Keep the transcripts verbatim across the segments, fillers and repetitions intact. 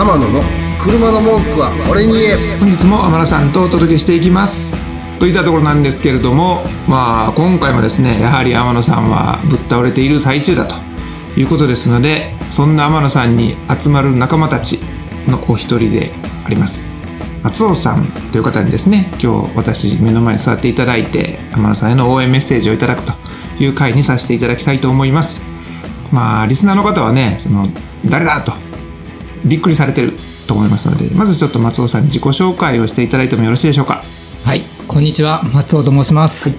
天野の車の文句は俺に言え。 本日も天野さんとお届けしていきますといったところなんですけれども、まあ今回もですね、やはり天野さんはぶっ倒れている最中だということですので、そんな天野さんに集まる仲間たちのお一人であります松尾さんという方にですね、今日私目の前に座っていただいて天野さんへの応援メッセージをいただくという回にさせていただきたいと思います。まあリスナーの方はね、その誰だとびっくりされてると思いますので、まずちょっと松尾さんに自己紹介をしていただいてもよろしいでしょうか。 はい、こんにちは、松尾と申します、はい、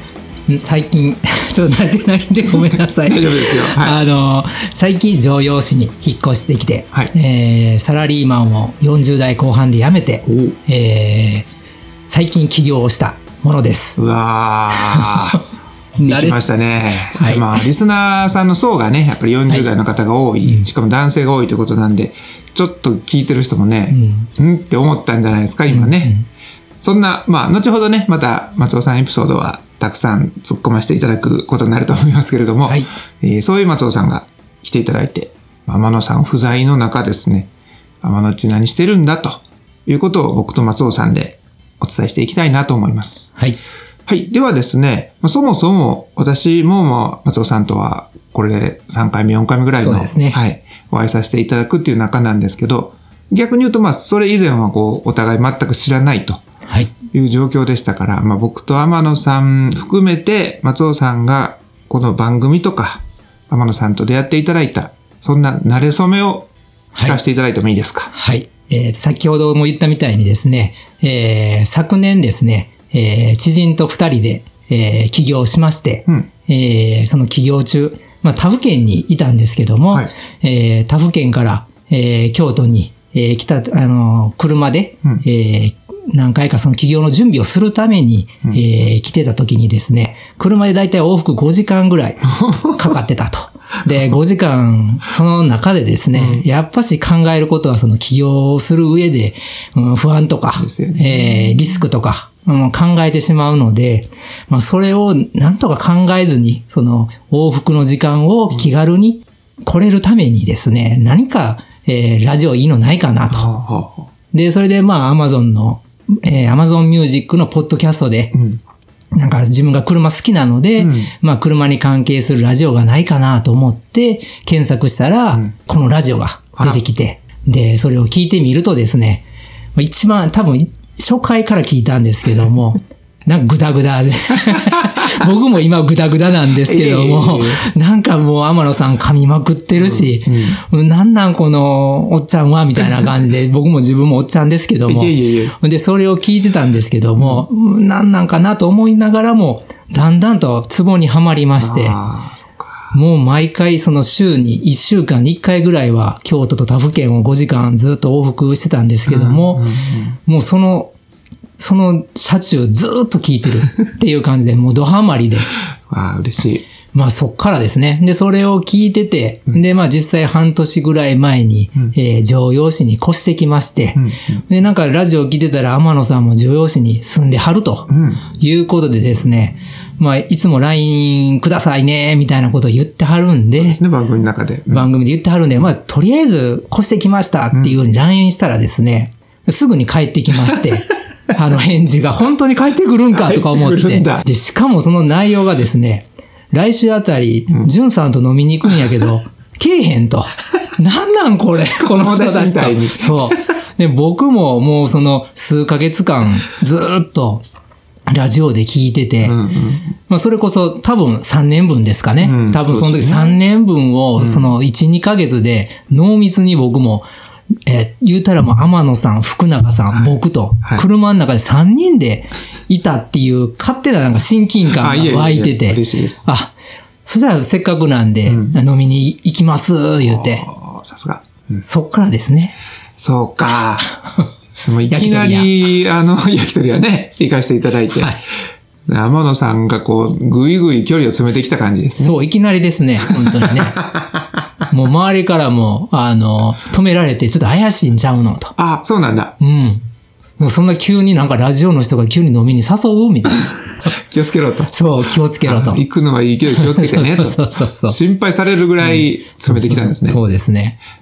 最近ちょっと慣れてないんでごめんなさい大丈夫ですよ、はい、 あの最近城陽市に引っ越してきて、はい、えー、サラリーマンをよんじゅう代後半で辞めて、えー、最近起業をしたものです。 うわー行きましたね、はい、まあリスナーさんの層がねやっぱりよんじゅう代の方が多い、はい、しかも男性が多いということなんで、ちょっと聞いてる人もね、うん、んって思ったんじゃないですか今ね、うんうん、そんなまあ後ほどねまた松尾さんエピソードはたくさん突っ込ませていただくことになると思いますけれども、はい、えー、そういう松尾さんが来ていただいて、天野さん不在の中ですね、天野っち何してるんだということを僕と松尾さんでお伝えしていきたいなと思います。 はい。 はい。ではですね、そもそも私もまあ松尾さんとはこれでさんかいめよんかいめぐらいの、そうですね、はい、お会いさせていただくっていう仲なんですけど、逆に言うとまあそれ以前はこうお互い全く知らないという状況でしたから、まあ僕と天野さん含めて松尾さんがこの番組とか天野さんと出会っていただいたそんな馴れ初めを聞かせていただいてもいいですか。 はい。はい、えー、先ほども言ったみたいにですね、えー、昨年ですね、えー、知人と二人で、えー、起業しまして、うん、えー、その起業中、まあ他府県にいたんですけども、はい、えー、他府県から、えー、京都に、えー、来た、あのー、車で、うん、えー、何回かその起業の準備をするために、うん、えー、来てた時にですね、車でだいたい往復ごじかんぐらいかかってたと。で、ごじかん、その中でですね、うん、やっぱし考えることはその起業をする上で、うん、不安とか、ね、えー、リスクとか、うん、考えてしまうので、まあそれをなんとか考えずに、その往復の時間を気軽に来れるためにですね、何か、えー、ラジオいいのないかなと。で、それでまあ Amazon の、えー、Amazon Music のポッドキャストで、うんなんか自分が車好きなので、うん、まあ車に関係するラジオがないかなと思って検索したら、うん、このラジオが出てきて、で、それを聞いてみるとですね、一番多分初回から聞いたんですけども、なんかグダグダで僕も今グダグダなんですけども、なんかもう天野さん噛みまくってるし、うんうん、なんなんこのおっちゃんはみたいな感じで、僕も自分もおっちゃんですけども、で、それを聞いてたんですけども、うん、なんなんかなと思いながらも、だんだんとツボにはまりまして、もう毎回その週にいっしゅうかんにいっかいぐらいは京都と他府県をごじかんずっと往復してたんですけども、うんうんうん、もうその、その車中ずーっと聞いてるっていう感じで、もうドハマりで。 ああ、嬉しい。 まあそっからですね。で、それを聞いてて、うん、で、まあ実際半年ぐらい前に、うん、えー、城陽市に越してきまして、うんうん、で、なんかラジオ聞いてたら天野さんも城陽市に住んではると、いうことでですね、まあいつも ライン くださいね、みたいなことを言ってはるんで、そうですね、 番組の中で。 うん、番組で言ってはるんで、まあとりあえず越してきましたっていうふうに ライン したらですね、すぐに帰ってきまして、あの返事が本当に帰ってくるんかとか思って。で、しかもその内容がですね、来週あたり、ジュンさんと飲みに行くんやけど、けえへんと。なんなんこれ、この人たちと。そう。で、僕ももうその数ヶ月間ずーっとラジオで聞いてて、うんうん、まあそれこそ多分さんねんぶんですかね。うん、多分その時さんねんぶんをそのいち、にかげつで濃密に僕もえー、言うたらもう天野さん、福永さん、はい、僕と、車の中でさんにんでいたっていう勝手ななんか親近感が湧いてて、 いやいや嬉しいです。 あ、そしたらせっかくなんで、うん、飲みに行きます、言うて。 さすが。 うん、そっからですね。 そうか。でもいきなり、あの、焼き鳥屋ね、行かせていただいて。はい。天野さんがこう、ぐいぐい距離を詰めてきた感じですね。 そう、いきなりですね、本当にね。もう周りからも、あの、止められて、ちょっと怪しいんちゃうのと。 あ、そうなんだ。 うん。そんな急になんかラジオの人が急に飲みに誘うみたいな。 気をつけろと。 そう、気をつけろと。 行くのはいいけど気をつけてねと。 そうそうそうそう。 心配されるぐらい詰めてきたんですね。 そうですね。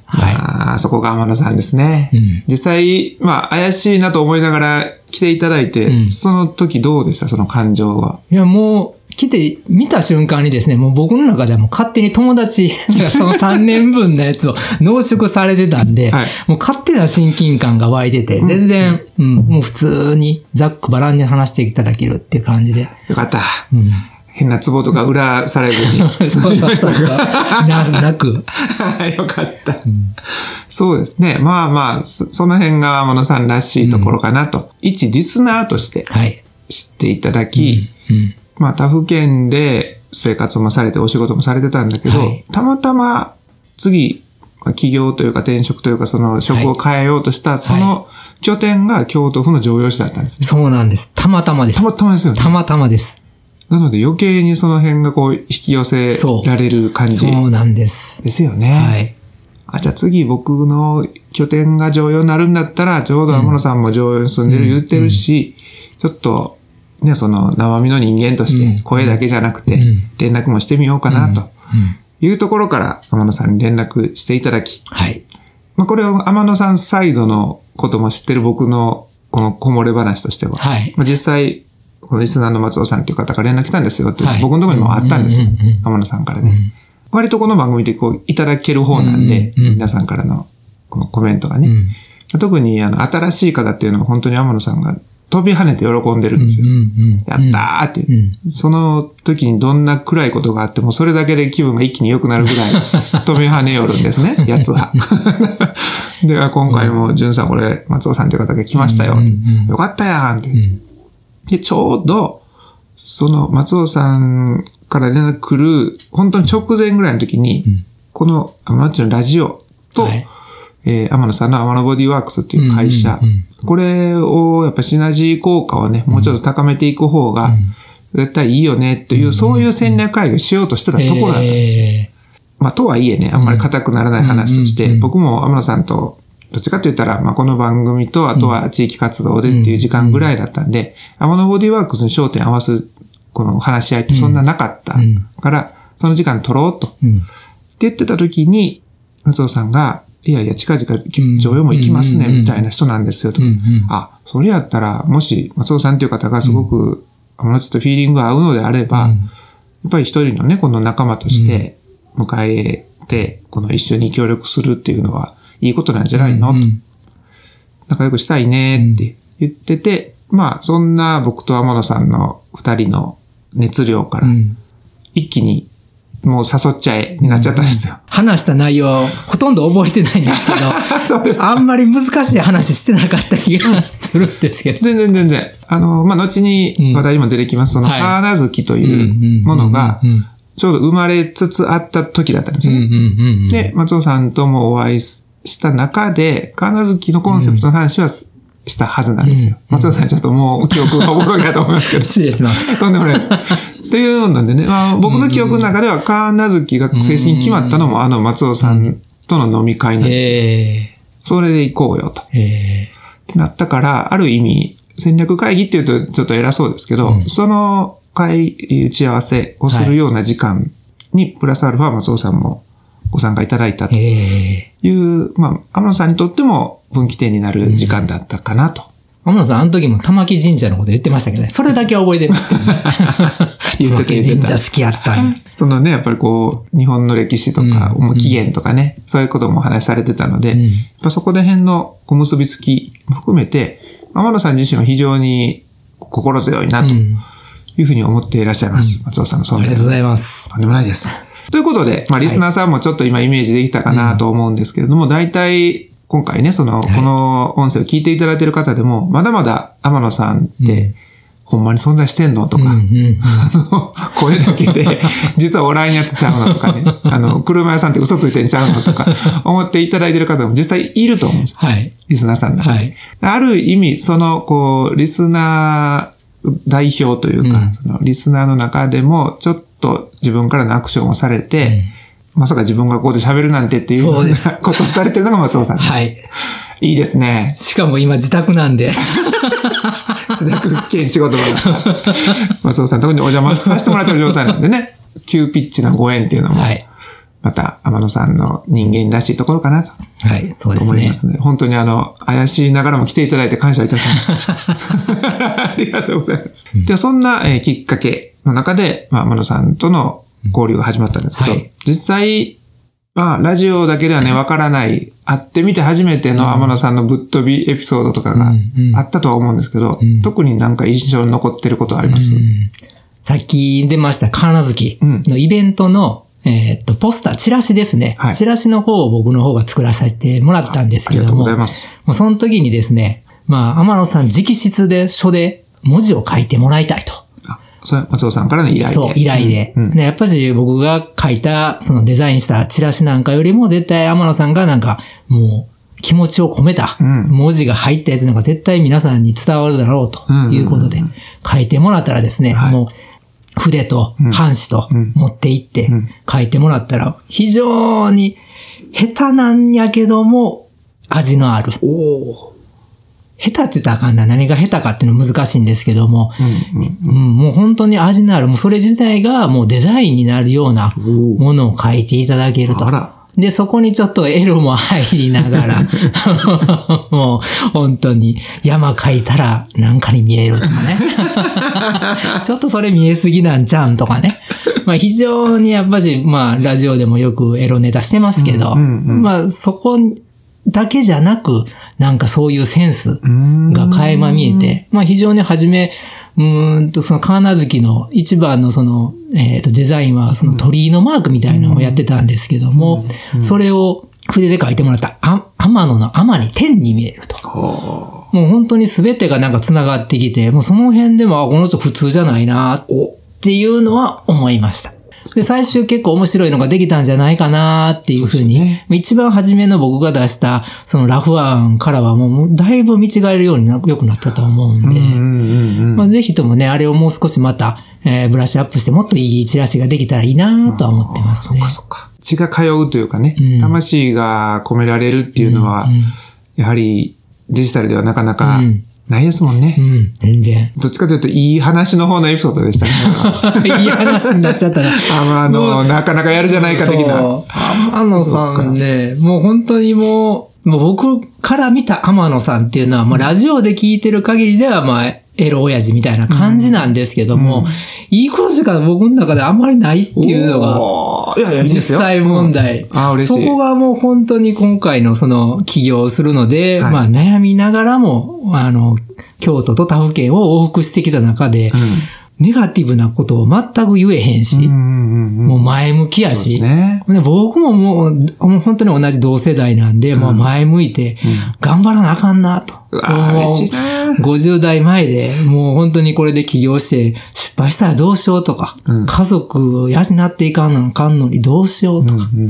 はい。 まあ、そこが天野さんですね。 うん、 実際、まあ、怪しいなと思いながら来ていただいて、うん、その時どうでしたその感情は。 いや、もう、来て、見た瞬間にですね、もう僕の中ではもう勝手に友達、そのさんねんぶんのやつを濃縮されてたんで、はい、もう勝手な親近感が湧いてて、うん、全然、うん、もう普通にざっくばらんに話していただけるっていう感じで。 よかった。うん変な壺とか裏されずに。 そうそうそう。な、なく。 よかった、うん。そうですね。まあまあ、そ, その辺が天野さんらしいところかなと。うん、一リスナーとして知っていただき、はいうんうん、まあ他府県で生活もされてお仕事もされてたんだけど、はい、たまたま次、起業というか転職というかその職を変えようとした、はい、その拠点が京都府の城陽市だったんですね。 そうなんです。たまたまです。 たまたまですよね。 たまたまです。 なので余計にその辺がこう引き寄せられる感じ。 そう、そうなんです。 ですよね。はい。あ、じゃあ次僕の拠点が城陽になるんだったら、ちょうど天野さんも城陽に住んでる言ってるし、うんうん、ちょっとね、その生身の人間として声だけじゃなくて連絡もしてみようかなというところから天野さんに連絡していただき。はい。まあこれを天野さんサイドのことも知ってる僕のこのこもれ話としては。はい。まあ実際、このリスナーの松尾さんっていう方から連絡来たんですよって、はい、僕のところにもあったんですよ。天野さんからね、うん。割とこの番組でこういただける方なんで、うんうん、皆さんからのこのコメントがね。うん、特にあの新しい方っていうのは本当に天野さんが飛び跳ねて喜んでるんですよ。うんうんうん、やったーって、うん。その時にどんな暗いことがあってもそれだけで気分が一気に良くなるぐらい飛び跳ねよるんですね、やつは。では今回もじゅんさんこれ松尾さんという方が来ましたよ。うんうんうん、よかったやんって。うんで、ちょうど、その松尾さんから連絡来る、本当に直前ぐらいの時に、うん、この天野っちのラジオと、はいえー、天野さんの天野ボディワークスっていう会社、うんうんうん、これをやっぱシナジー効果をね、もうちょっと高めていく方が、絶対いいよねっていう、うん、そういう戦略会議をしようとしてたところだったんですよ。えー、まあ、とはいえね、あんまり硬くならない話として、うんうんうん、僕も天野さんと、どっちかと言ったら、まあ、この番組と、あとは地域活動でっていう時間ぐらいだったんで、天野ボディワークスに焦点合わす、この話し合いってそんななかったから、その時間取ろうと。って言ってた時に、松尾さんが、いやいや、近々上映も行きますね、みたいな人なんですよ、と。あ、それやったら、もし、松尾さんっていう方がすごく、天野ちょっとフィーリングが合うのであれば、やっぱり一人のね、この仲間として迎えて、この一緒に協力するっていうのは、いいことなんじゃないの、うんうん、仲良くしたいねって言ってて、うん、まあそんな僕と天野さんの二人の熱量から一気にもう誘っちゃえになっちゃったんですよ。 うん、話した内容ほとんど覚えてないんですけど、そうですあんまり難しい話してなかった気がするんですけど。 全然全然。あの、まあ後に話題にも出てきます、そのカーナズキというものが、ちょうど生まれつつあった時だったんですよ。で、松尾さんともお会いした中で、カーナズキのコンセプトの話はしたはずなんですよ。うん、松尾さんちょっともう記憶がおぼろげだと思いますけど。 失礼します。 とんでもないです。っていうのでね、まあ、僕の記憶の中ではカーナズキが正式に決まったのもあの松尾さんとの飲み会なんですよ。それで行こうよと。ってなったから、ある意味、戦略会議っていうとちょっと偉そうですけど、うん、その会、打ち合わせをするような時間に、プラスアルファ松尾さんもご参加いただいたという、まあ、天野さんにとっても分岐点になる時間だったかなと。 うん、天野さん、あの時も玉木神社のこと言ってましたけどね。それだけは覚えてる。 言ってた言ってた。 神社好きやったんや。 そのね、やっぱりこう、日本の歴史とか、うん、起源とかね、そういうこともお話しされてたので、うん、やっぱそこら辺の小結びつきも含めて、天野さん自身は非常に心強いなというふうに思っていらっしゃいます。うん、松尾さんの存在。 ありがとうございます。 とんでもないです。ということで、まあ、リスナーさんもちょっと今イメージできたかなと思うんですけれども、大体、今回ね、その、この音声を聞いていただいている方でも、まだまだ天野さんって、ほんまに存在してんのとか、あの、声だけで、実はおらんやつちゃうのとかね、あの、車屋さんって嘘ついてんちゃうのとか、思っていただいている方も実際いると思うんです。はい。リスナーさんだから。はい。ある意味、その、こう、リスナー代表というか、うん、そのリスナーの中でも、ちょっと自分からのアクションをされて、うん、まさか自分がここで喋るなんてっていうことをされてるのが松尾さん。はい。いいですね。 しかも今自宅なんで。 自宅兼仕事場だった。松尾さんのところにお邪魔させてもらってる状態なんでね。急ピッチなご縁っていうのも、はい、 また天野さんの人間らしいところかなとはい、そうですね。 思いますね。本当にあの、怪しいながらも来ていただいて感謝いたします。ありがとうございます。うん、では、そんな、えー、きっかけの中で、まあ、天野さんとの交流が始まったんですけど、はい、実際、まあ、ラジオだけではね、わからない、会ってみて初めての天野さんのぶっ飛びエピソードとかがあったとは思うんですけど、うんうん、特になんか印象に残ってることはあります？うん、 さっき出ました、カーナズキのイベントの、えー、っと、ポスター、チラシですね、はい。チラシの方を僕の方が作らさせてもらったんですけども。ありがとうございます。もうその時にですね、まあ、天野さん直筆で書で文字を書いてもらいたいと。 あ、それは松尾さんからの依頼で。 そう、依頼で。うんうん、でやっぱり僕が書いた、そのデザインしたチラシなんかよりも絶対天野さんがなんか、もう気持ちを込めた文字が入ったやつなんか絶対皆さんに伝わるだろうということで書いてもらったらですね、はい、もう、筆と半紙と持って行って書いてもらったら非常に下手なんやけども味のある。お下手って言ったらあかんな。何が下手かっていうの難しいんですけども、うんうんうん、もう本当に味のある。もうそれ自体がもうデザインになるようなものを書いていただけると。で、そこにちょっとエロも入りながら、もう本当に山描いたらなんかに見えるとかね。ちょっとそれ見えすぎなんちゃうんとかね。まあ非常にやっぱし、まあラジオでもよくエロネタしてますけど、うんうんうん、まあそこだけじゃなく、なんかそういうセンスが垣間見えて、まあ非常に初め、うーんと、そのカーナズキの一番のその、えっと、デザインはその鳥居のマークみたいなのをやってたんですけども、うんうん、それを筆で書いてもらったあ天野の天に天に見えると。もう本当に全てがなんか繋がってきて、もうその辺でも、あ、この人普通じゃないなっていうのは思いました。で、最終結構面白いのができたんじゃないかなっていうふうに、ね、一番初めの僕が出したそのラフ案からはもうだいぶ見違えるようにな良くなったと思うんで、うんうんうん、まあ、ぜひともね、あれをもう少しまた、えー、ブラッシュアップしてもっといいチラシができたらいいなとは思ってますね。 そっかそっか。血が通うというかね、うん、魂が込められるっていうのは、うんうん、やはりデジタルではなかなか、うんないですもんね。 うん、全然。 どっちかというと、いい話の方のエピソードでしたね。 いい話になっちゃったな。 あの、なかなかやるじゃないか的な。 天野さんね、もう本当にもう、もう僕から見た天野さんっていうのは、もうラジオで聞いてる限りでは、まあ、エロ親父みたいな感じなんですけども、うんうん、いいことしか僕の中であんまりないっていうのが、 いやいや実際問題。うん、あ、嬉しい。そこがもう本当に今回のその起業するので、はい、まあ悩みながらも、あの、京都と他府県を往復してきた中で、うん、ネガティブなことを全く言えへんし、うんうんうん、もう前向きやし、ね、僕ももう、もう本当に同じ同世代なんで、うん、もう前向いて、頑張らなあかんなと。 うわ嬉しいな。 ごじゅう代前で、もう本当にこれで起業して失敗したらどうしようとか、うん、家族を養っていかんのかんのにどうしようとか、うんうんうん、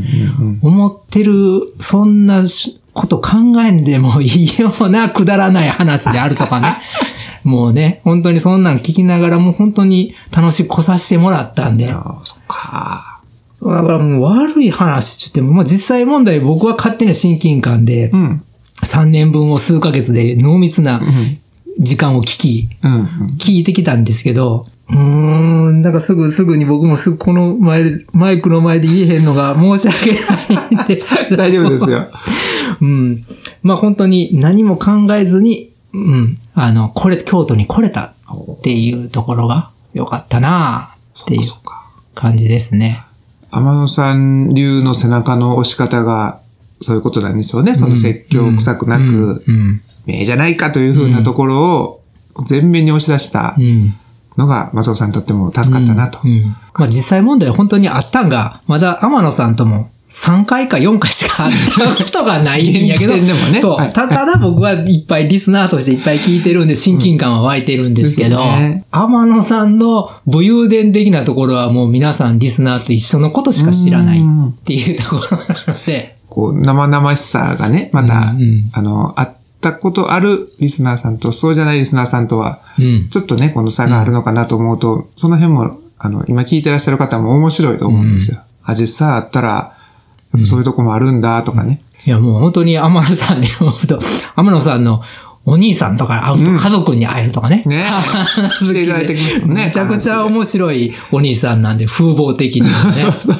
思ってる、そんなこと考えんでもいいようなくだらない話であるとかね。もうね、本当にそんなん聞きながらも本当に楽しく来させてもらったんで。 ああ、そっか。 だからもう悪い話って言っても、まあ実際問題僕は勝手な親近感で、うん、さんねんぶんを数ヶ月で濃密な時間を聞き、うんうん、聞いてきたんですけど、うーん、なんかすぐすぐに僕もすぐこの前で、マイクの前で言えへんのが申し訳ないんですけど。 大丈夫ですよ。 うん。まあ本当に何も考えずに、うん、あの、これ、京都に来れたっていうところが良かったなっていう感じですね。 天野さん流の背中の押し方がそういうことなんでしょうね。その説教臭くなく、ええじゃないかというふうなところを前面に押し出したのが松尾さんにとっても助かったなと。 うんうん、まあ実際問題本当にあったんが、まだ天野さんともさんかいかよんかいしか会ったことがないんやけど、 でもね、 そう、はい、た, ただ僕はいっぱいリスナーとしていっぱい聞いてるんで親近感は湧いてるんですけど、うんね、天野さんの武勇伝的なところはもう皆さんリスナーと一緒のことしか知らないっていうところなので、 こう生々しさがね、また、うんうん、あの、あったことあるリスナーさんとそうじゃないリスナーさんとは、ちょっとね、この差があるのかなと思うと、うん、その辺も、あの、今聞いてらっしゃる方も面白いと思うんですよ。うん、あ、実際あったら、そういうとこもあるんだとかね。 いやもう本当に天野さんに会うと、天野さんのお兄さんとか会うと家族に会えるとかね。うん、ねしていただいてきますもんね。 めちゃくちゃ面白いお兄さんなんで、風貌的にもね。そうそうそう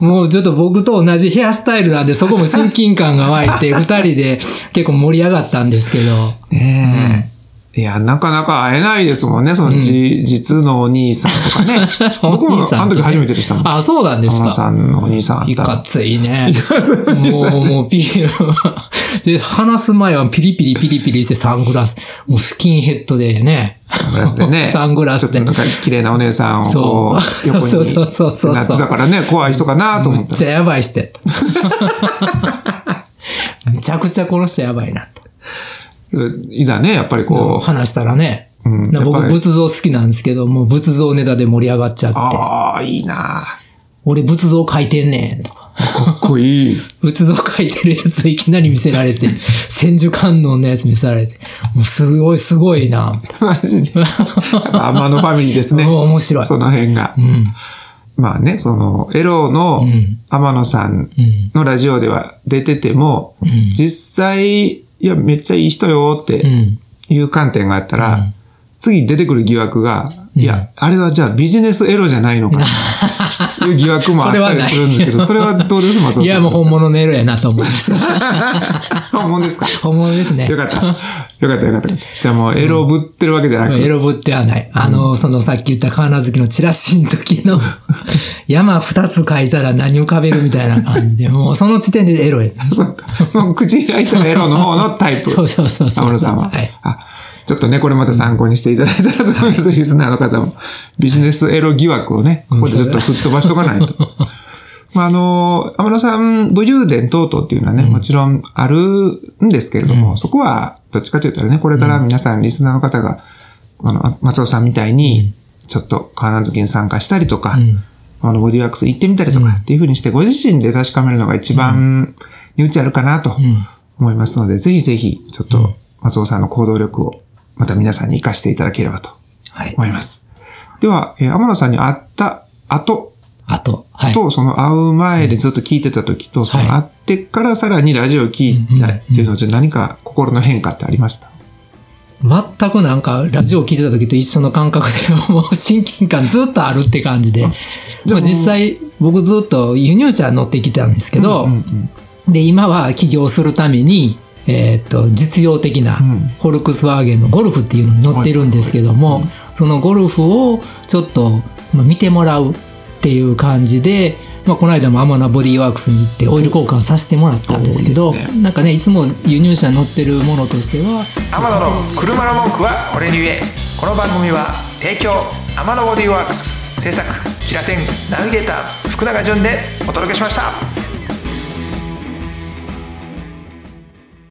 もうちょっと僕と同じヘアスタイルなんで、そこも親近感が湧いて、二人で結構盛り上がったんですけど。 ねえ。いや、なかなか会えないですもんね、そのじ、うん、実のお兄さんとかね。僕もあの時初めてでしたもん。 あ、そうなんですか。 天野さんのお兄さん。 いかついね。 いかつい。 もう、もうピリ、で、話す前はピリピリピリピリしてサングラス、もうスキンヘッドでね。 サングラスでね。 サングラスで。 ちょっとなんか綺麗なお姉さんをこう、横にそうそうそうそう。 なってたからね、怖い人かなと思った。 めっちゃやばい人やった。めちゃくちゃこの人やばいなと。 いざね、やっぱりこう。 話したらね。 うん、 僕仏像好きなんですけど、もう仏像ネタで盛り上がっちゃって。 ああ、いいな。 俺仏像描いてんねんとか。 かっこいい。 仏像描いてるやついきなり見せられて、千手観音のやつ見せられて、もうすごいすごいな。 マジで。天野ファミリーですね。 面白い。 その辺が。うん、まあね、その、エロの天野さんのラジオでは出てても、うん、実際、いや、めっちゃいい人よっていう観点があったら、うん、次出てくる疑惑が、いや、うん、あれはじゃあビジネスエロじゃないのかという疑惑もあったりするんですけど、それはどうです松尾さん。 いや、もう本物のエロやなと思います。 本物ですか？ 本物ですね。 よかった。よかったよかった。じゃあもうエロぶってるわけじゃなくて、 うん。エロぶってはない。あの、そのさっき言ったカーナ好きのチラシの時の山二つ書いたら何浮かべるみたいな感じで、もうその時点でエロや。 そうか。もう口開いたらエロの方のタイプ。 そうそうそうそう。 天野さんは。 はい。 あちょっとね、これまた参考にしていただいたらと思います。はい、リスナーの方も。ビジネスエロ疑惑をね、ここでちょっと吹っ飛ばしとかないと。まあ、あの、天野さん、武勇伝等々っていうのはね、うん、もちろんあるんですけれども、うん、そこは、どっちかというとね、これから皆さん、リスナーの方が、あの、松尾さんみたいに、ちょっと、カーナ好きに参加したりとか、うん、あの、ボディワークス行ってみたりとかっていうふうにして、ご自身で確かめるのが一番、値打ちあるかなと思いますので、ぜひぜひ、ちょっと、松尾さんの行動力を、また皆さんに活かしていただければと思います。はい、では、えー、天野さんに会った後、 後、はい、 と、その会う前でずっと聞いてた時と、うん、その会ってからさらにラジオを聞いたっていうので何か心の変化ってありました？ 全くなんかラジオを聞いてた時と一緒の感覚で、もう親近感ずっとあるって感じで、まあ、実際僕ずっと輸入車乗ってきてたんですけど、うんうんうん、で、今は起業するためにえっと、実用的な、フォルクスワーゲンのゴルフっていうのに乗ってるんですけども、そのゴルフをちょっと見てもらうっていう感じで、まあ、この間もアマナボディーワークスに行ってオイル交換させてもらったんですけど、なんかね、いつも輸入車に乗ってるものとしては、 アマナの車の文句は俺に言え。この番組は提供アマナボディーワークス、制作キラテンナビゲーター福永潤でお届けしました。